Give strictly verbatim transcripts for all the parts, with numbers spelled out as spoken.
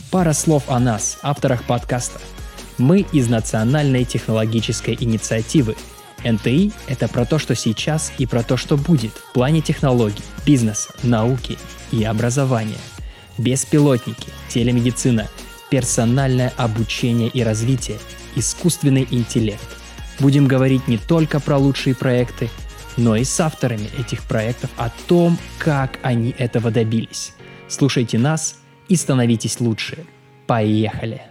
Пара слов о нас, авторах подкаста. Мы из Национальной технологической инициативы. эн тэ и – это про то, что сейчас и про то, что будет в плане технологий, бизнеса, науки и образования. Беспилотники, телемедицина, персональное обучение и развитие, искусственный интеллект. Будем говорить не только про лучшие проекты, но и с авторами этих проектов о том, как они этого добились. Слушайте нас и становитесь лучше. Поехали!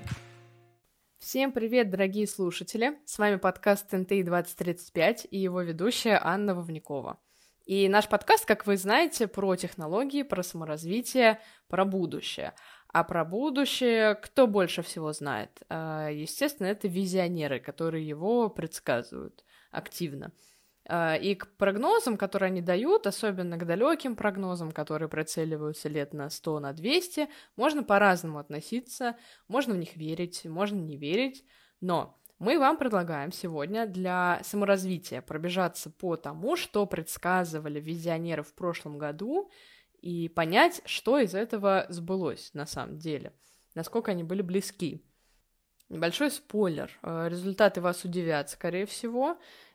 Всем привет, дорогие слушатели! С вами подкаст эн тэ и двадцать тридцать пять и его ведущая Анна Вовнякова. И наш подкаст, как вы знаете, про технологии, про саморазвитие, про будущее. А про будущее кто больше всего знает? Естественно, это визионеры, которые его предсказывают активно. И к прогнозам, которые они дают, особенно к далеким прогнозам, которые прицеливаются лет на сто, на двести, можно по-разному относиться, можно в них верить, можно не верить, но мы вам предлагаем сегодня для саморазвития пробежаться по тому, что предсказывали визионеры в прошлом году, и понять, что из этого сбылось на самом деле, насколько они были близки. Небольшой спойлер. Результаты вас удивят, скорее всего,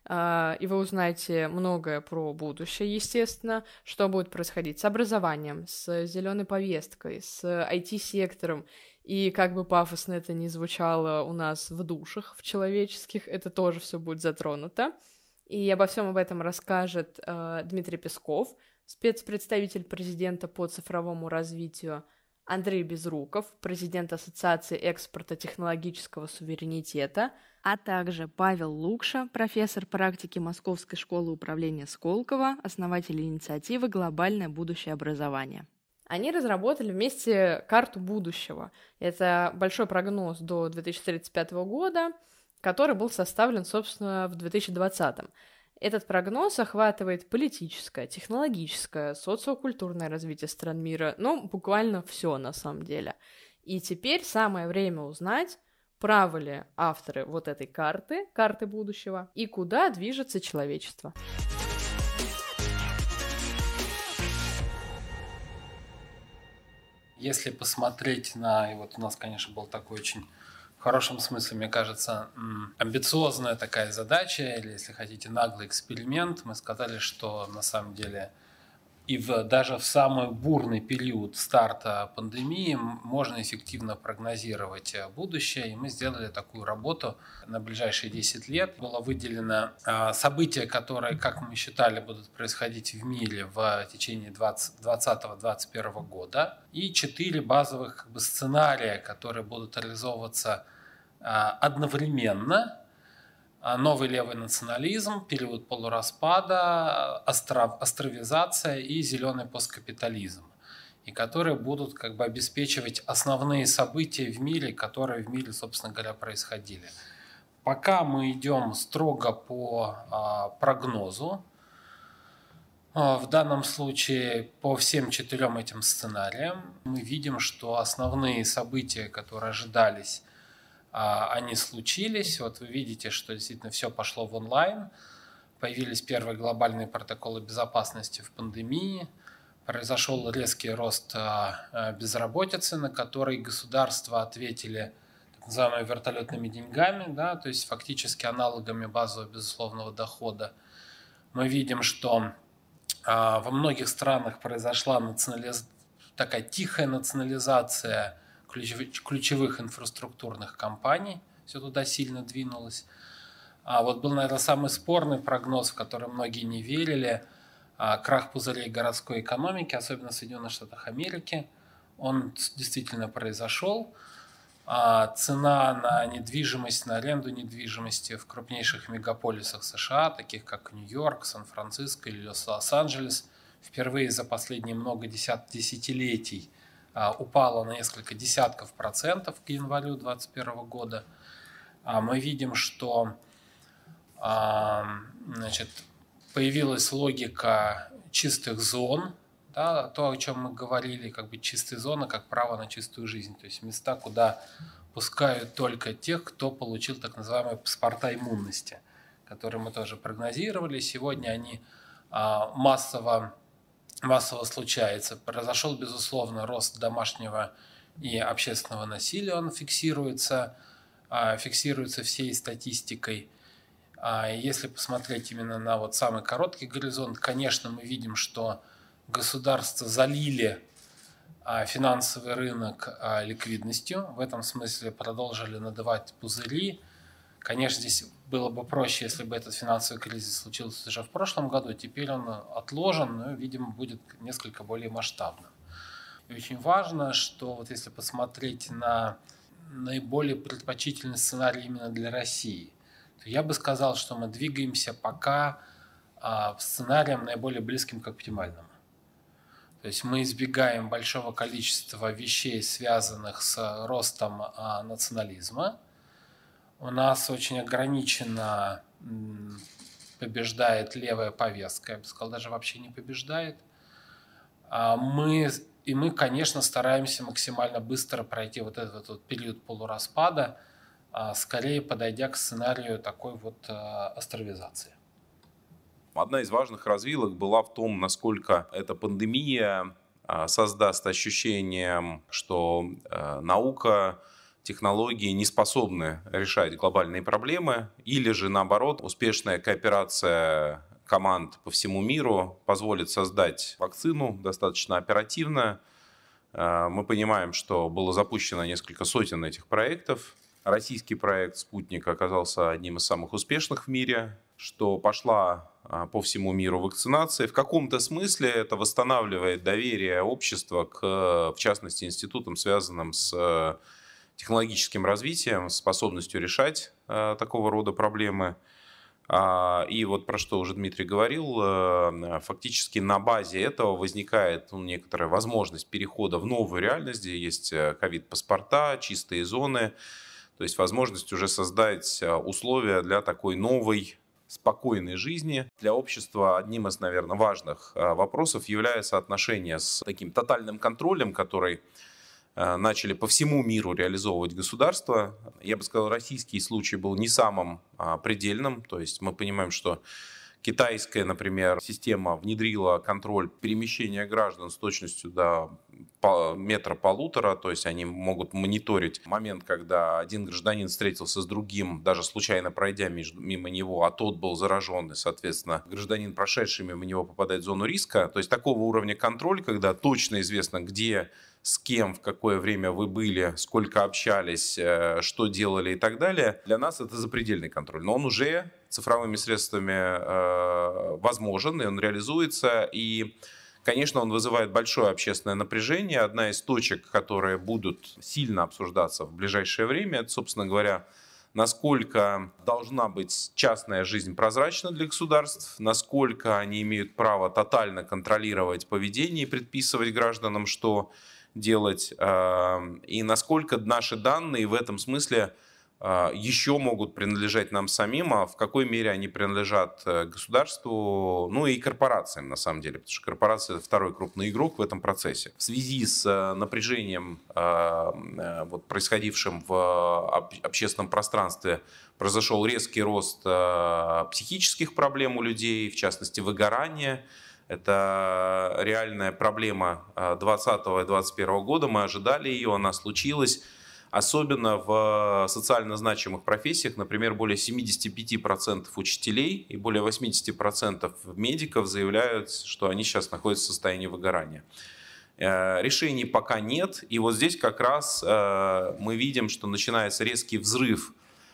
и вы узнаете многое про будущее, естественно, что будет происходить с образованием, с зеленой повесткой, с ай ти-сектором, и как бы пафосно это ни звучало у нас в душах, в человеческих, это тоже все будет затронуто. И обо всем об этом расскажет э, Дмитрий Песков, спецпредставитель президента по цифровому развитию, Андрей Безруков, президент Ассоциации экспорта технологического суверенитета, а также Павел Лукша, профессор практики Московской школы управления Сколково, основатель инициативы «Глобальное будущее образования». Они разработали вместе карту будущего. Это большой прогноз до две тысячи тридцать пятого года, который был составлен, собственно, в две тысячи двадцатом. Этот прогноз охватывает политическое, технологическое, социокультурное развитие стран мира, ну, буквально все на самом деле. И теперь самое время узнать, правы ли авторы вот этой карты, карты будущего, и куда движется человечество. Если посмотреть на, и вот у нас, конечно, был такой очень в хорошем смысле, мне кажется, амбициозная такая задача, или, если хотите, наглый эксперимент. Мы сказали, что на самом деле и в, даже в самый бурный период старта пандемии можно эффективно прогнозировать будущее. И мы сделали такую работу на ближайшие десять лет. Было выделено события, которые, как мы считали, будут происходить в мире в течение двадцатого — двадцать первого года. И четыре базовых как бы сценария, которые будут реализовываться одновременно. Новый левый национализм, период полураспада, остров, островизация и зеленый посткапитализм, и которые будут как бы обеспечивать основные события в мире, которые в мире, собственно говоря, происходили. Пока мы идем строго по а, прогнозу, а, в данном случае по всем четырем этим сценариям, мы видим, что основные события, которые ожидались, они случились. Вот вы видите, что действительно все пошло в онлайн. Появились первые глобальные протоколы безопасности в пандемии. Произошел резкий рост безработицы, на который государства ответили так называемыми вертолетными деньгами, да, то есть фактически аналогами базового безусловного дохода. Мы видим, что во многих странах произошла национализ... такая тихая национализация ключевых инфраструктурных компаний, все туда сильно двинулось. А вот был, наверное, самый спорный прогноз, в который многие не верили, крах пузырей городской экономики, особенно в Соединенных Штатах Америки. Он действительно произошел. Цена на недвижимость, на аренду недвижимости в крупнейших мегаполисах США, таких как Нью-Йорк, Сан-Франциско или Лос-Анджелес, впервые за последние много десят, десятилетий упала на несколько десятков процентов к январю две тысячи двадцать первого года. Мы видим, что значит, появилась логика чистых зон, да, то, о чем мы говорили, как бы чистые зоны, как право на чистую жизнь, то есть места, куда пускают только тех, кто получил так называемые паспорта иммунности, которые мы тоже прогнозировали. Сегодня они массово массово случается. Произошел, безусловно, рост домашнего и общественного насилия он фиксируется, фиксируется всей статистикой. Если посмотреть именно на вот самый короткий горизонт, конечно, мы видим, что государства залили финансовый рынок ликвидностью, в этом смысле продолжили надувать пузыри. Конечно, здесь было бы проще, если бы этот финансовый кризис случился уже в прошлом году, теперь он отложен, но, видимо, будет несколько более масштабным. И очень важно, что вот если посмотреть на наиболее предпочтительный сценарий именно для России, то я бы сказал, что мы двигаемся пока а, сценарием наиболее близким к оптимальному. То есть мы избегаем большого количества вещей, связанных с ростом а, национализма. У нас очень ограниченно м, побеждает левая повестка, я бы сказал, даже вообще не побеждает. А мы, и мы, конечно, стараемся максимально быстро пройти вот этот вот период полураспада, скорее подойдя к сценарию такой вот островизации. Одна из важных развилок была в том, насколько эта пандемия создаст ощущение, что наука, технологии не способны решать глобальные проблемы, или же наоборот, успешная кооперация команд по всему миру позволит создать вакцину достаточно оперативно. Мы понимаем, что было запущено несколько сотен этих проектов. Российский проект «Спутник» оказался одним из самых успешных в мире, что пошла по всему миру вакцинация. В каком-то смысле это восстанавливает доверие общества к, в частности, институтам, связанным с технологическим развитием, способностью решать такого рода проблемы. И вот про что уже Дмитрий говорил, фактически на базе этого возникает ну, некоторая возможность перехода в новую реальность, где есть ковид-паспорта, чистые зоны, то есть возможность уже создать условия для такой новой, спокойной жизни. Для общества одним из, наверное, важных вопросов является отношение с таким тотальным контролем, который начали по всему миру реализовывать государства. Я бы сказал, российский случай был не самым предельным. То есть мы понимаем, что китайская, например, система внедрила контроль перемещения граждан с точностью до метра-полутора. То есть они могут мониторить момент, когда один гражданин встретился с другим, даже случайно пройдя между, мимо него, а тот был заражен, и, соответственно, гражданин, прошедший мимо него, попадает в зону риска. То есть такого уровня контроль, когда точно известно, где, с кем, в какое время вы были, сколько общались, что делали и так далее. Для нас это запредельный контроль. Но он уже цифровыми средствами э, возможен, и он реализуется. И, конечно, он вызывает большое общественное напряжение. Одна из точек, которые будут сильно обсуждаться в ближайшее время, это, собственно говоря, насколько должна быть частная жизнь прозрачна для государств, насколько они имеют право тотально контролировать поведение и предписывать гражданам, что делать, и насколько наши данные в этом смысле еще могут принадлежать нам самим, а в какой мере они принадлежат государству, ну и корпорациям на самом деле, потому что корпорация — это второй крупный игрок в этом процессе. В связи с напряжением, вот, происходившим в общественном пространстве, произошел резкий рост психических проблем у людей, в частности выгорания. Это реальная проблема двадцатого и двадцать первого года, мы ожидали ее, она случилась. Особенно в социально значимых профессиях, например, более семьдесят пять процентов учителей и более восемьдесят процентов медиков заявляют, что они сейчас находятся в состоянии выгорания. Решений пока нет, и вот здесь как раз мы видим, что начинается резкий взрыв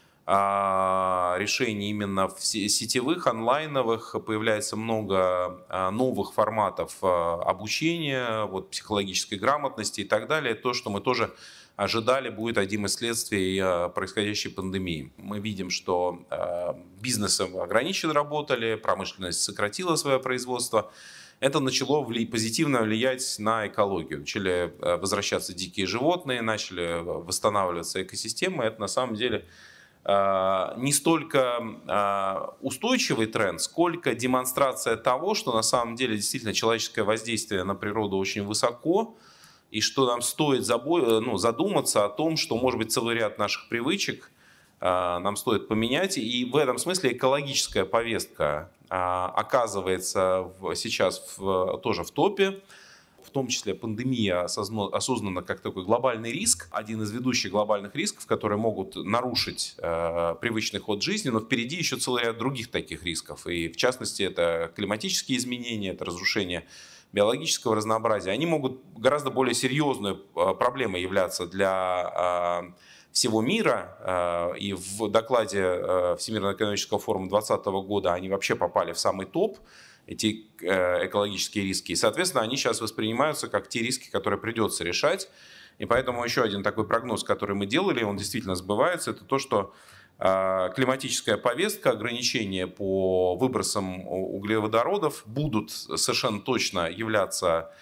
решений именно в сетевых, онлайновых, появляется много новых форматов обучения, вот, психологической грамотности и так далее, то, что мы тоже ожидали, будет одним из следствий происходящей пандемии. Мы видим, что бизнесы ограниченно работали, промышленность сократила свое производство. Это начало позитивно влиять на экологию. Начали возвращаться дикие животные, начали восстанавливаться экосистемы. Это на самом деле не столько устойчивый тренд, сколько демонстрация того, что на самом деле действительно человеческое воздействие на природу очень высоко, и что нам стоит ну, задуматься о том, что, может быть, целый ряд наших привычек нам стоит поменять. И в этом смысле экологическая повестка оказывается сейчас в, тоже в топе. в том числе пандемия осознана как такой глобальный риск, один из ведущих глобальных рисков, которые могут нарушить э, привычный ход жизни, но впереди еще целый ряд других таких рисков. И в частности, это климатические изменения, это разрушение биологического разнообразия. Они могут гораздо более серьезной э, проблемой являться для э, всего мира. Э, и в докладе э, Всемирного экономического форума две тысячи двадцатого года они вообще попали в самый топ, эти экологические риски. И, соответственно, они сейчас воспринимаются как те риски, которые придется решать. И поэтому еще один такой прогноз, который мы делали, он действительно сбывается, это то, что климатическая повестка, ограничения по выбросам углеводородов будут совершенно точно являться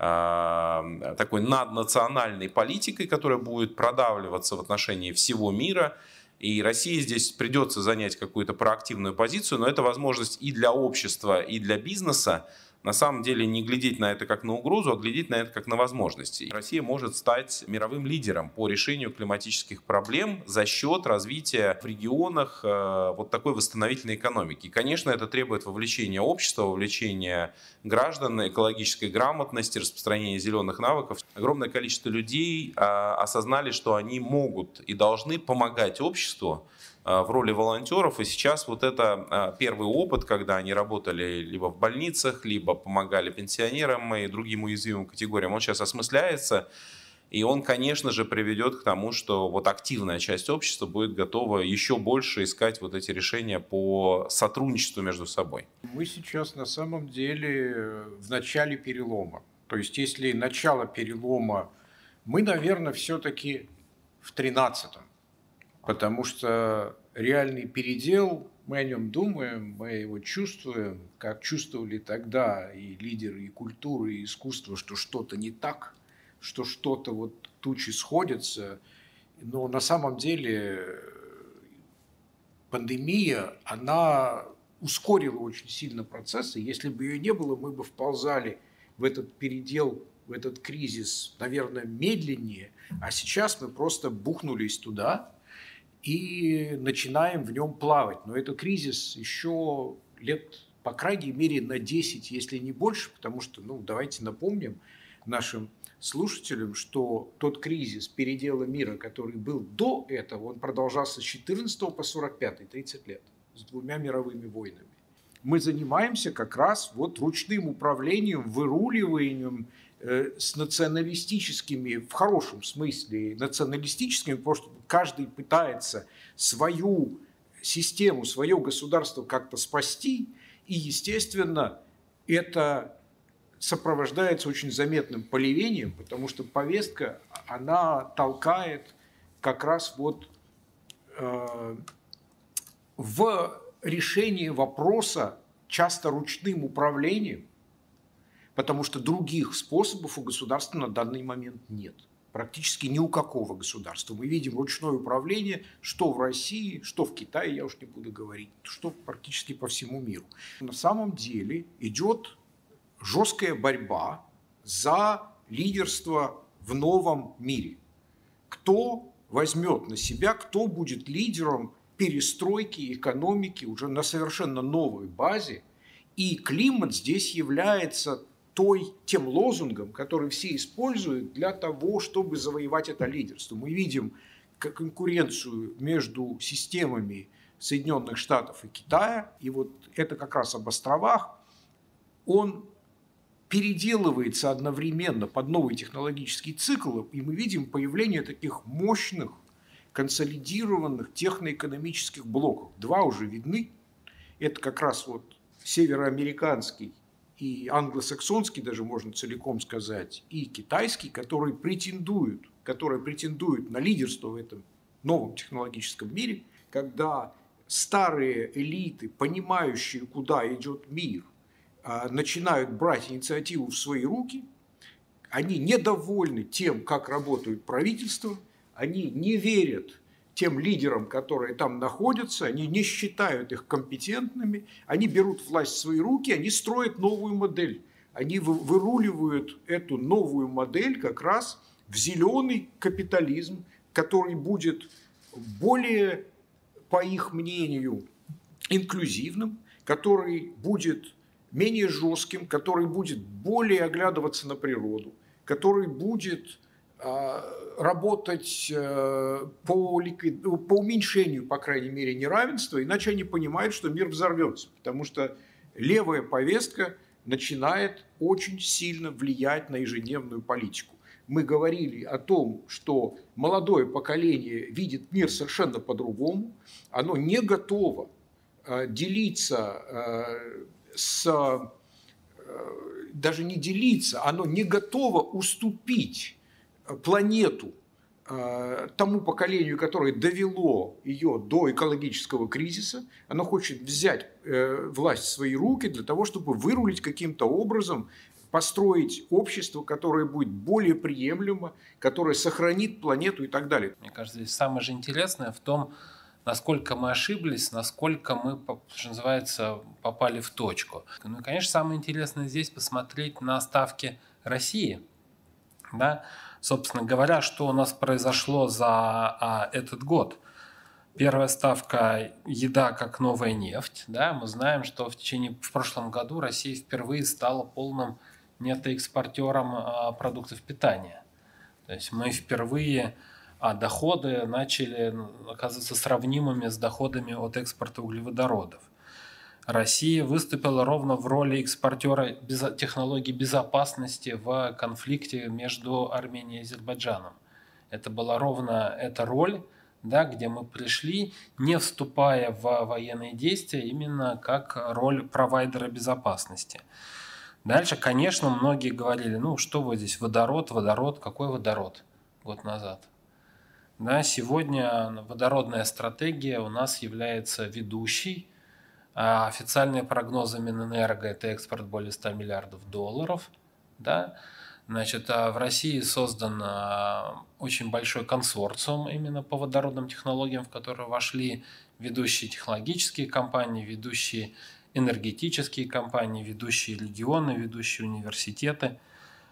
такой наднациональной политикой, которая будет продавливаться в отношении всего мира. И России здесь придется занять какую-то проактивную позицию, но это возможность и для общества, и для бизнеса на самом деле не глядеть на это как на угрозу, а глядеть на это как на возможности. И Россия может стать мировым лидером по решению климатических проблем за счет развития в регионах э, вот такой восстановительной экономики. И, конечно, это требует вовлечения общества, вовлечения граждан, экологической грамотности, распространения зеленых навыков. Огромное количество людей э, осознали, что они могут и должны помогать обществу в роли волонтеров, и сейчас вот это первый опыт, когда они работали либо в больницах, либо помогали пенсионерам и другим уязвимым категориям, он сейчас осмысляется, и он, конечно же, приведет к тому, что вот активная часть общества будет готова еще больше искать вот эти решения по сотрудничеству между собой. Мы сейчас на самом деле в начале перелома. То есть, если начало перелома, мы, наверное, все-таки в тринадцатом. Потому что реальный передел, мы о нем думаем, мы его чувствуем, как чувствовали тогда и лидеры, и культуры, и искусства, что что-то не так, что что-то вот тучи сходятся. Но на самом деле пандемия, она ускорила очень сильно процессы. Если бы ее не было, мы бы вползали в этот передел, в этот кризис, наверное, медленнее. А сейчас мы просто бухнулись туда и начинаем в нем плавать. Но это кризис еще лет, по крайней мере, на десять, если не больше, потому что, ну, давайте напомним нашим слушателям, что тот кризис передела мира, который был до этого, он продолжался с четырнадцатого по сорок пятый, тридцать лет, с двумя мировыми войнами. Мы занимаемся как раз вот ручным управлением, выруливанием, с националистическими, в хорошем смысле националистическими, потому что каждый пытается свою систему, свое государство как-то спасти, и, естественно, это сопровождается очень заметным поливением, потому что повестка, она толкает как раз вот э, в решении вопроса часто ручным управлением, потому что других способов у государства на данный момент нет. Практически ни у какого государства. Мы видим ручное управление, что в России, что в Китае, я уж не буду говорить, что практически по всему миру. На самом деле идет жесткая борьба за лидерство в новом мире. Кто возьмет на себя, кто будет лидером перестройки экономики уже на совершенно новой базе. И климат здесь является той, тем лозунгом, который все используют для того, чтобы завоевать это лидерство. Мы видим конкуренцию между системами Соединенных Штатов и Китая, и вот это как раз об островах, он переделывается одновременно под новый технологический цикл, и мы видим появление таких мощных, консолидированных техноэкономических блоков. Два уже видны, это как раз вот североамериканский и англосаксонский, даже можно целиком сказать, и китайский, которые претендуют, которые претендуют на лидерство в этом новом технологическом мире, когда старые элиты, понимающие, куда идет мир, начинают брать инициативу в свои руки, они недовольны тем, как работают правительства, они не верят тем лидерам, которые там находятся, они не считают их компетентными, они берут власть в свои руки, они строят новую модель. Они выруливают эту новую модель как раз в зеленый капитализм, который будет более, по их мнению, инклюзивным, который будет менее жестким, который будет более оглядываться на природу, который будет работать по, ликвид... по уменьшению, по крайней мере, неравенства, иначе они понимают, что мир взорвется, потому что левая повестка начинает очень сильно влиять на ежедневную политику. Мы говорили о том, что молодое поколение видит мир совершенно по-другому, оно не готово делиться с... даже не делиться, оно не готово уступить планету тому поколению, которое довело ее до экологического кризиса. Оно хочет взять власть в свои руки для того, чтобы вырулить каким-то образом, построить общество, которое будет более приемлемо, которое сохранит планету и так далее. Мне кажется, здесь самое же интересное в том, насколько мы ошиблись, насколько мы, что называется, попали в точку. Ну и, конечно, самое интересное здесь посмотреть на ставки России. Да? Собственно говоря, что у нас произошло за а, этот год. Первая ставка – еда как новая нефть. Да? Мы знаем, что в течение в прошлом году Россия впервые стала полным нетоэкспортером а, продуктов питания. То есть мы впервые а, доходы начали оказываться сравнимыми с доходами от экспорта углеводородов. Россия выступила ровно в роли экспортера технологий безопасности в конфликте между Арменией и Азербайджаном. Это была ровно эта роль, да, где мы пришли, не вступая в военные действия, именно как роль провайдера безопасности. Дальше, конечно, многие говорили, ну что вы здесь, водород, водород, какой водород год назад. Да, сегодня водородная стратегия у нас является ведущей. А официальные прогнозы Минэнерго – это экспорт более ста миллиардов долларов. Да? Значит, в России создан очень большой консорциум именно по водородным технологиям, в который вошли ведущие технологические компании, ведущие энергетические компании, ведущие регионы, ведущие университеты.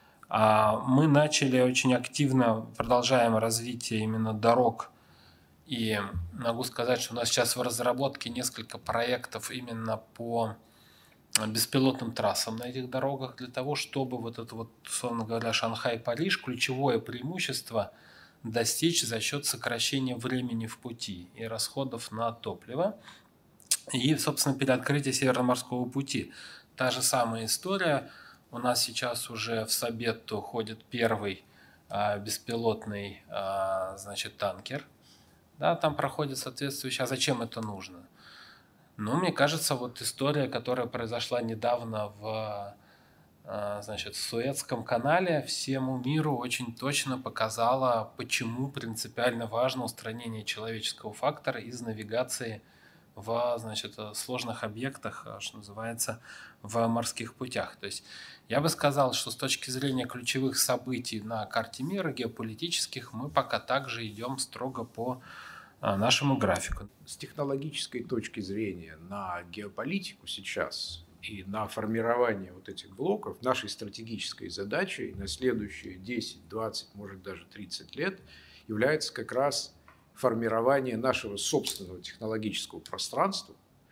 Мы начали очень активно, продолжаем развитие именно дорог. И могу сказать, что у нас сейчас в разработке несколько проектов именно по беспилотным трассам на этих дорогах, для того, чтобы вот это вот, условно говоря, Шанхай-Париж, ключевое преимущество достичь за счет сокращения времени в пути и расходов на топливо. И, собственно, переоткрытие Северно-морского пути. Та же самая история. У нас сейчас уже в Сабетту ходит первый а, беспилотный а, значит, танкер. Да, там проходит соответствующее. А зачем это нужно? Ну, мне кажется, вот история, которая произошла недавно в, значит, в Суэцком канале, всему миру очень точно показала, почему принципиально важно устранение человеческого фактора из навигации в, значит, сложных объектах, что называется, в морских путях. То есть я бы сказал, что с точки зрения ключевых событий на карте мира, геополитических, мы пока также идем строго по нашему графику. С технологической точки зрения на геополитику сейчас и на формирование вот этих блоков нашей стратегической задачей на следующие десять, двадцать, может даже тридцать лет является как раз формирование нашего собственного технологического пространства,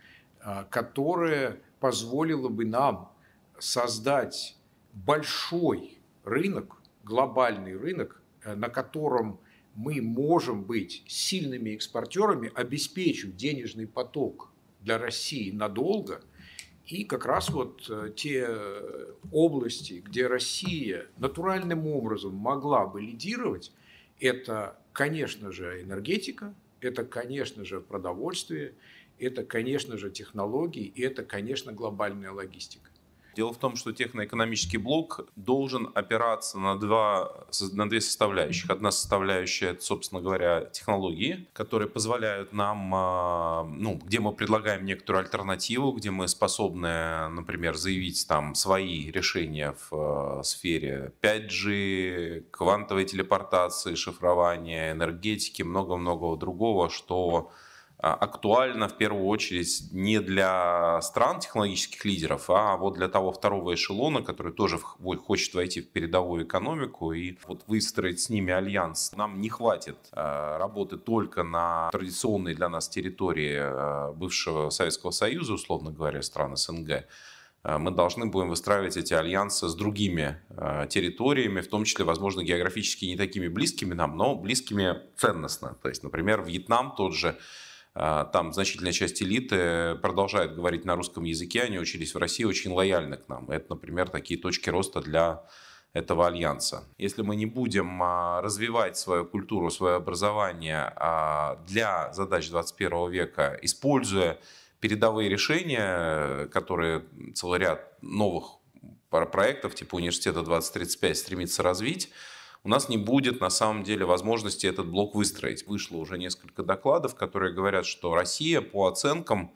которое позволило бы нам создать большой рынок, глобальный рынок, на котором мы можем быть сильными экспортерами, обеспечив денежный поток для России надолго. И как раз вот те области, где Россия натуральным образом могла бы лидировать, это, конечно же, энергетика, это, конечно же, продовольствие, это, конечно же, технологии, и это, конечно, глобальная логистика. Дело в том, что техноэкономический блок должен опираться на, два, на две составляющих. Одна составляющая – это, собственно говоря, технологии, которые позволяют нам, ну, где мы предлагаем некоторую альтернативу, где мы способны, например, заявить там свои решения в сфере пять джи, квантовой телепортации, шифрования, энергетики, много-много другого, что актуально в первую очередь не для стран технологических лидеров, а вот для того второго эшелона, который тоже хочет войти в передовую экономику и вот выстроить с ними альянс. Нам не хватит работы только на традиционной для нас территории бывшего Советского Союза, условно говоря, стран СНГ. мы должны будем выстраивать эти альянсы с другими территориями, в том числе, возможно, географически не такими близкими нам, но близкими ценностно. То есть, например, Вьетнам тот же, там значительная часть элиты продолжает говорить на русском языке, они учились в России, очень лояльны к нам. Это, например, такие точки роста для этого альянса. Если мы не будем развивать свою культуру, свое образование для задач двадцать первого века, используя передовые решения, которые целый ряд новых проектов типа Университета двадцать тридцать пять стремится развить, у нас не будет на самом деле возможности этот блок выстроить. Вышло уже несколько докладов, которые говорят, что Россия по оценкам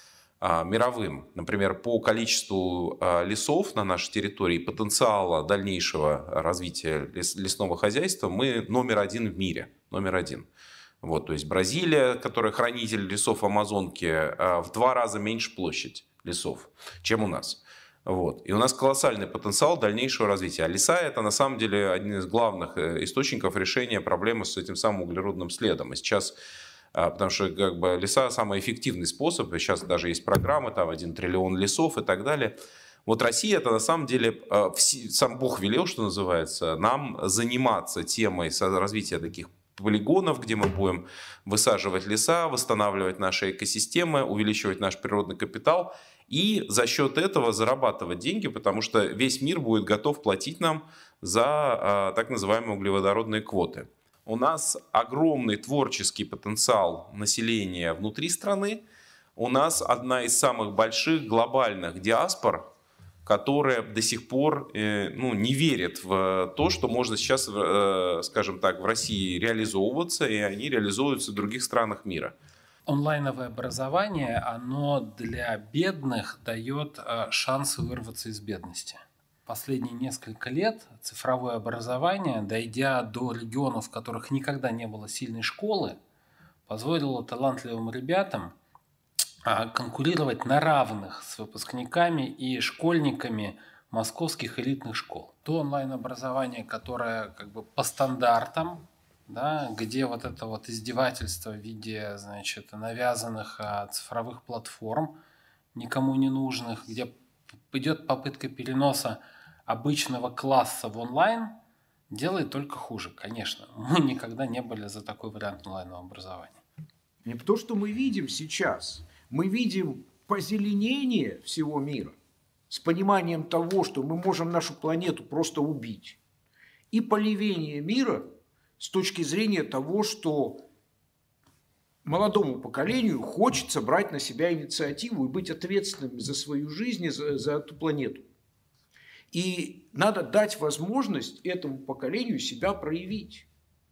мировым, например, по количеству лесов на нашей территории, потенциала дальнейшего развития лес, лесного хозяйства, мы номер один в мире. Номер один. Вот, то есть Бразилия, которая хранитель лесов Амазонки, в два раза меньше площадь лесов, чем у нас. Вот. И у нас колоссальный потенциал дальнейшего развития. А леса – это на самом деле один из главных источников решения проблемы с этим самым углеродным следом. И сейчас... Потому что как бы, леса – самый эффективный способ. Сейчас даже есть программы, там один триллион лесов и так далее. Вот Россия – это на самом деле, сам Бог велел, что называется, нам заниматься темой развития таких полигонов, где мы будем высаживать леса, восстанавливать наши экосистемы, увеличивать наш природный капитал и за счет этого зарабатывать деньги, потому что весь мир будет готов платить нам за так называемые углеводородные квоты. У нас огромный творческий потенциал населения внутри страны. У нас одна из самых больших глобальных диаспор, которая до сих пор ну, не верит в то, что можно сейчас, скажем так, в России реализовываться, и они реализуются в других странах мира. Онлайновое образование, оно для бедных дает шанс вырваться из бедности. Последние несколько лет цифровое образование, дойдя до регионов, в которых никогда не было сильной школы, позволило талантливым ребятам конкурировать на равных с выпускниками и школьниками московских элитных школ. То онлайн-образование, которое как бы по стандартам, да, где вот это вот издевательство в виде, значит, навязанных цифровых платформ, никому не нужных, где идет попытка переноса обычного класса в онлайн, делает только хуже, конечно. Мы никогда не были за такой вариант онлайнового образования. Не то, что мы видим сейчас. Мы видим позеленение всего мира с пониманием того, что мы можем нашу планету просто убить. И полевение мира с точки зрения того, что молодому поколению хочется брать на себя инициативу и быть ответственным за свою жизнь и за, за эту планету. И надо дать возможность этому поколению себя проявить.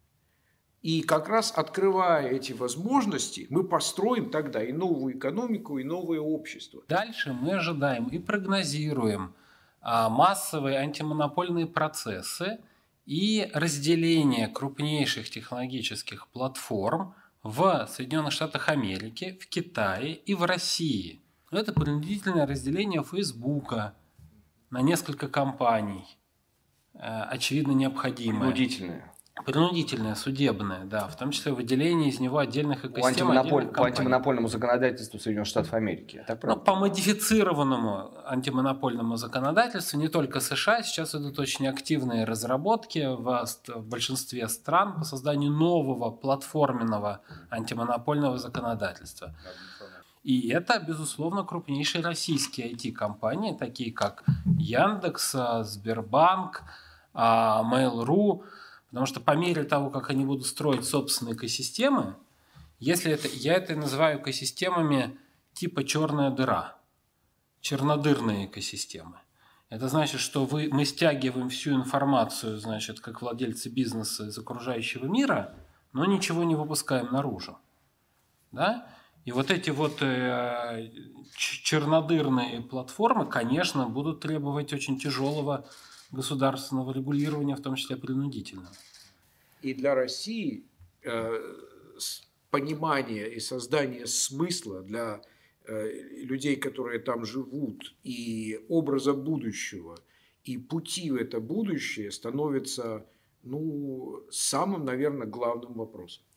И как раз открывая эти возможности, мы построим тогда и новую экономику, и новое общество. Дальше мы ожидаем и прогнозируем массовые антимонопольные процессы и разделение крупнейших технологических платформ в Соединенных Штатах Америки, в Китае и в России. Это принудительное разделение Фейсбука на несколько компаний, очевидно необходимое. Принудительное. Принудительное, судебное, да, в том числе выделение из него отдельных экосистем. По, антимонополь... по антимонопольному законодательству Соединенных Штатов Америки. Так ну, по модифицированному антимонопольному законодательству не только США, сейчас идут очень активные разработки в, в большинстве стран по созданию нового платформенного антимонопольного законодательства. И это, безусловно, крупнейшие российские ай ти-компании, такие как Яндекс, Сбербанк, Mail.ru. Потому что по мере того, как они будут строить собственные экосистемы, если это, я это называю экосистемами типа черная дыра, чернодырные экосистемы. Это значит, что вы, мы стягиваем всю информацию, значит, как владельцы бизнеса из окружающего мира, но ничего не выпускаем наружу. Да? И вот эти вот э, чернодырные платформы, конечно, будут требовать очень тяжелого государственного регулирования, в том числе принудительного. И для России э, понимание и создание смысла для э, людей, которые там живут, и образа будущего, и пути в это будущее становится ну, самым, наверное, главным вопросом.